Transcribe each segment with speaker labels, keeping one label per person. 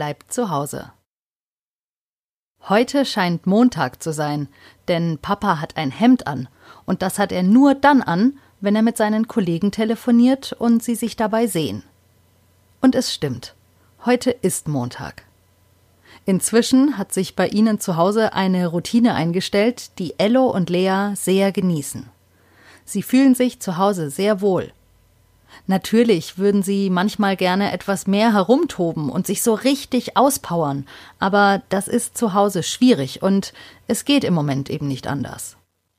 Speaker 1: bleibt zu Hause. Heute scheint Montag zu sein, denn Papa hat ein Hemd an und das hat er nur dann an, wenn er mit seinen Kollegen telefoniert und sie sich dabei sehen. Und es stimmt, heute ist Montag. Inzwischen hat sich bei ihnen zu Hause eine Routine eingestellt, die Ello und Lea sehr genießen. Sie fühlen sich zu Hause sehr wohl. Natürlich würden sie manchmal gerne etwas mehr herumtoben und sich so richtig auspowern, aber das ist zu Hause schwierig und es geht im Moment eben nicht anders.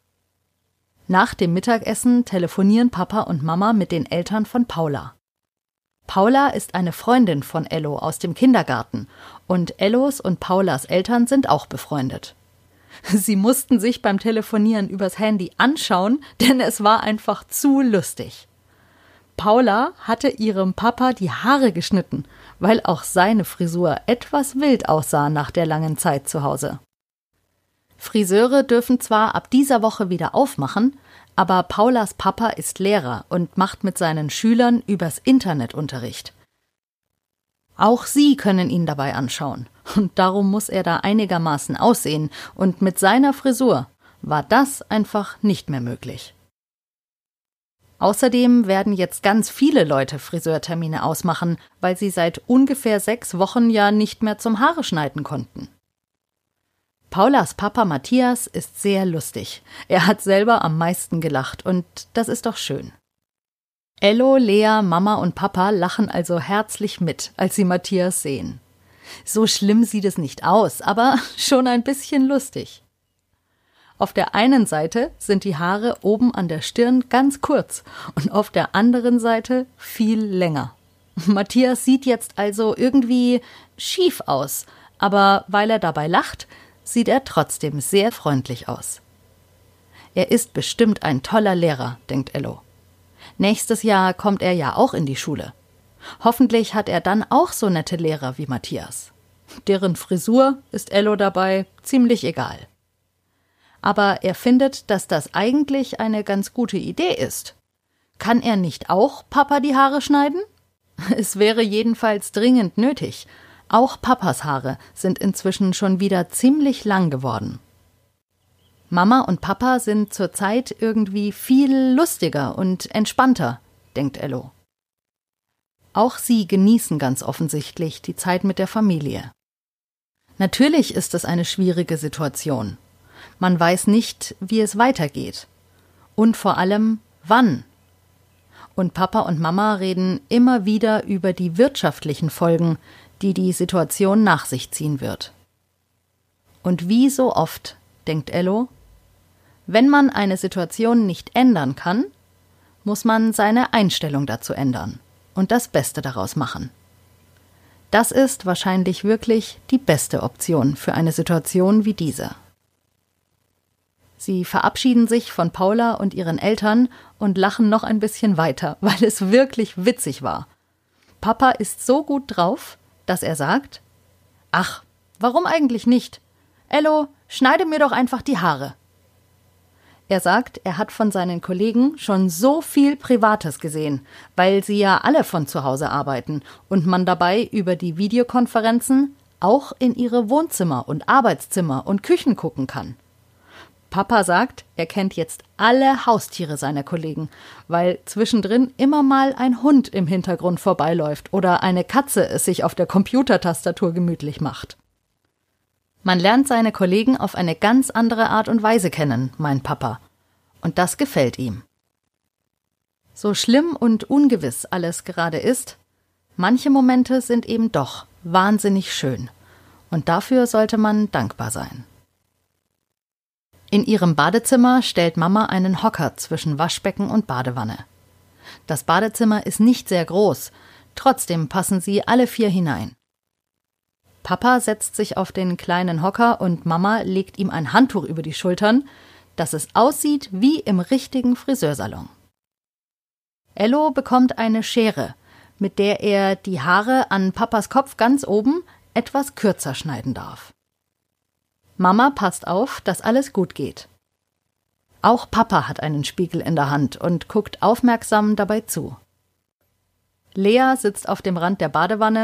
Speaker 1: Nach dem Mittagessen telefonieren Papa und Mama mit den Eltern von Paula. Paula ist eine Freundin von Ello aus dem Kindergarten und Ellos und Paulas Eltern sind auch befreundet. Sie mussten sich beim Telefonieren übers Handy anschauen, denn es war einfach zu lustig. Paula hatte ihrem Papa die Haare geschnitten, weil auch seine Frisur etwas wild aussah nach der langen Zeit zu Hause. Friseure dürfen zwar ab dieser Woche wieder aufmachen, aber Paulas Papa ist Lehrer und macht mit seinen Schülern übers Internet Unterricht. Auch sie können ihn dabei anschauen, und darum muss er da einigermaßen aussehen, und mit seiner Frisur war das einfach nicht mehr möglich. Außerdem werden jetzt ganz viele Leute Friseurtermine ausmachen, weil sie seit ungefähr 6 Wochen ja nicht mehr zum Haare schneiden konnten. Paulas Papa Matthias ist sehr lustig. Er hat selber am meisten gelacht und das ist doch schön. Ello, Lea, Mama und Papa lachen also herzlich mit, als sie Matthias sehen. So schlimm sieht es nicht aus, aber schon ein bisschen lustig. Auf der einen Seite sind die Haare oben an der Stirn ganz kurz und auf der anderen Seite viel länger. Matthias sieht jetzt also irgendwie schief aus, aber weil er dabei lacht, sieht er trotzdem sehr freundlich aus. Er ist bestimmt ein toller Lehrer, denkt Ello. Nächstes Jahr kommt er ja auch in die Schule. Hoffentlich hat er dann auch so nette Lehrer wie Matthias. Deren Frisur ist Ello dabei ziemlich egal. Aber er findet, dass das eigentlich eine ganz gute Idee ist. Kann er nicht auch Papa die Haare schneiden? Es wäre jedenfalls dringend nötig. Auch Papas Haare sind inzwischen schon wieder ziemlich lang geworden. Mama und Papa sind zurzeit irgendwie viel lustiger und entspannter, denkt Ello. Auch sie genießen ganz offensichtlich die Zeit mit der Familie. Natürlich ist es eine schwierige Situation. Man weiß nicht, wie es weitergeht. Und vor allem, wann. Und Papa und Mama reden immer wieder über die wirtschaftlichen Folgen, die die Situation nach sich ziehen wird. Und wie so oft, denkt Ello, wenn man eine Situation nicht ändern kann, muss man seine Einstellung dazu ändern und das Beste daraus machen. Das ist wahrscheinlich wirklich die beste Option für eine Situation wie diese. Sie verabschieden sich von Paula und ihren Eltern und lachen noch ein bisschen weiter, weil es wirklich witzig war. Papa ist so gut drauf, dass er sagt: »Ach, warum eigentlich nicht? Ello, schneide mir doch einfach die Haare.« Er sagt, er hat von seinen Kollegen schon so viel Privates gesehen, weil sie ja alle von zu Hause arbeiten und man dabei über die Videokonferenzen auch in ihre Wohnzimmer und Arbeitszimmer und Küchen gucken kann. Papa sagt, er kennt jetzt alle Haustiere seiner Kollegen, weil zwischendrin immer mal ein Hund im Hintergrund vorbeiläuft oder eine Katze es sich auf der Computertastatur gemütlich macht. Man lernt seine Kollegen auf eine ganz andere Art und Weise kennen, meint Papa. Und das gefällt ihm. So schlimm und ungewiss alles gerade ist, manche Momente sind eben doch wahnsinnig schön. Und dafür sollte man dankbar sein. In ihrem Badezimmer stellt Mama einen Hocker zwischen Waschbecken und Badewanne. Das Badezimmer ist nicht sehr groß, trotzdem passen sie alle 4 hinein. Papa setzt sich auf den kleinen Hocker und Mama legt ihm ein Handtuch über die Schultern, dass es aussieht wie im richtigen Friseursalon. Ello bekommt eine Schere, mit der er die Haare an Papas Kopf ganz oben etwas kürzer schneiden darf. Mama passt auf, dass alles gut geht. Auch Papa hat einen Spiegel in der Hand und guckt aufmerksam dabei zu. Lea sitzt auf dem Rand der Badewanne,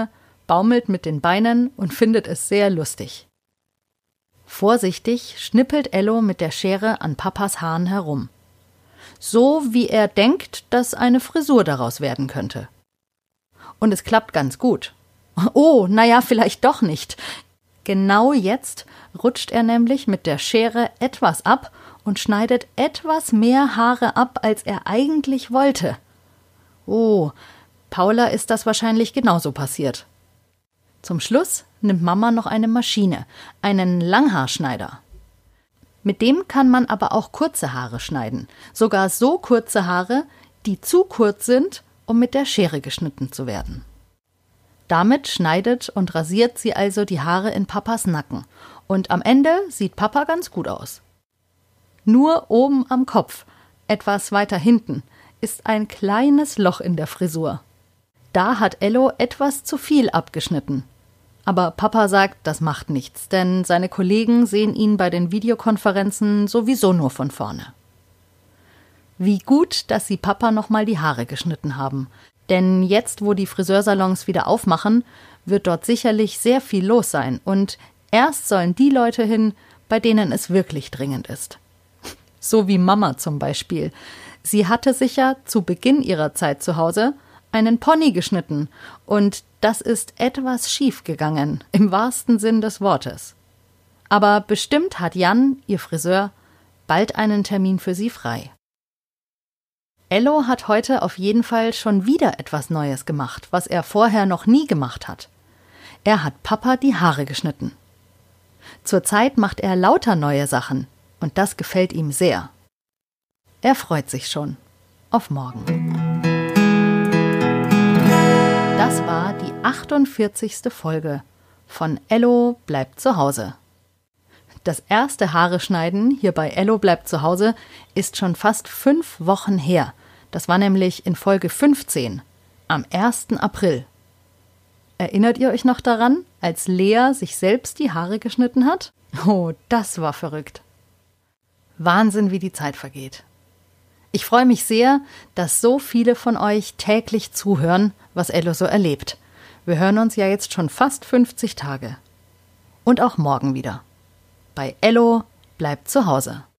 Speaker 1: baumelt mit den Beinen und findet es sehr lustig. Vorsichtig schnippelt Ello mit der Schere an Papas Haaren herum. So wie er denkt, dass eine Frisur daraus werden könnte. Und es klappt ganz gut. Oh, naja, vielleicht doch nicht. Genau jetzt rutscht er nämlich mit der Schere etwas ab und schneidet etwas mehr Haare ab, als er eigentlich wollte. Oh, Paula ist das wahrscheinlich genauso passiert. Zum Schluss nimmt Mama noch eine Maschine, einen Langhaarschneider. Mit dem kann man aber auch kurze Haare schneiden, sogar so kurze Haare, die zu kurz sind, um mit der Schere geschnitten zu werden. Damit schneidet und rasiert sie also die Haare in Papas Nacken und am Ende sieht Papa ganz gut aus. Nur oben am Kopf, etwas weiter hinten, ist ein kleines Loch in der Frisur. Da hat Ello etwas zu viel abgeschnitten. Aber Papa sagt, das macht nichts, denn seine Kollegen sehen ihn bei den Videokonferenzen sowieso nur von vorne. Wie gut, dass sie Papa nochmal die Haare geschnitten haben. Denn jetzt, wo die Friseursalons wieder aufmachen, wird dort sicherlich sehr viel los sein. Und erst sollen die Leute hin, bei denen es wirklich dringend ist. So wie Mama zum Beispiel. Sie hatte sich ja zu Beginn ihrer Zeit zu Hause einen Pony geschnitten und das ist etwas schief gegangen, im wahrsten Sinn des Wortes. Aber bestimmt hat Jan, ihr Friseur, bald einen Termin für sie frei. Ello hat heute auf jeden Fall schon wieder etwas Neues gemacht, was er vorher noch nie gemacht hat. Er hat Papa die Haare geschnitten. Zurzeit macht er lauter neue Sachen und das gefällt ihm sehr. Er freut sich schon auf morgen. Das war die 48. Folge von Ello bleibt zu Hause. Das erste Haare schneiden hier bei Ello bleibt zu Hause ist schon fast 5 Wochen her. Das war nämlich in Folge 15, am 1. April. Erinnert ihr euch noch daran, als Lea sich selbst die Haare geschnitten hat? Oh, das war verrückt. Wahnsinn, wie die Zeit vergeht. Ich freue mich sehr, dass so viele von euch täglich zuhören, was Ello so erlebt. Wir hören uns ja jetzt schon fast 50 Tage. Und auch morgen wieder. Bei Ello bleibt zu Hause.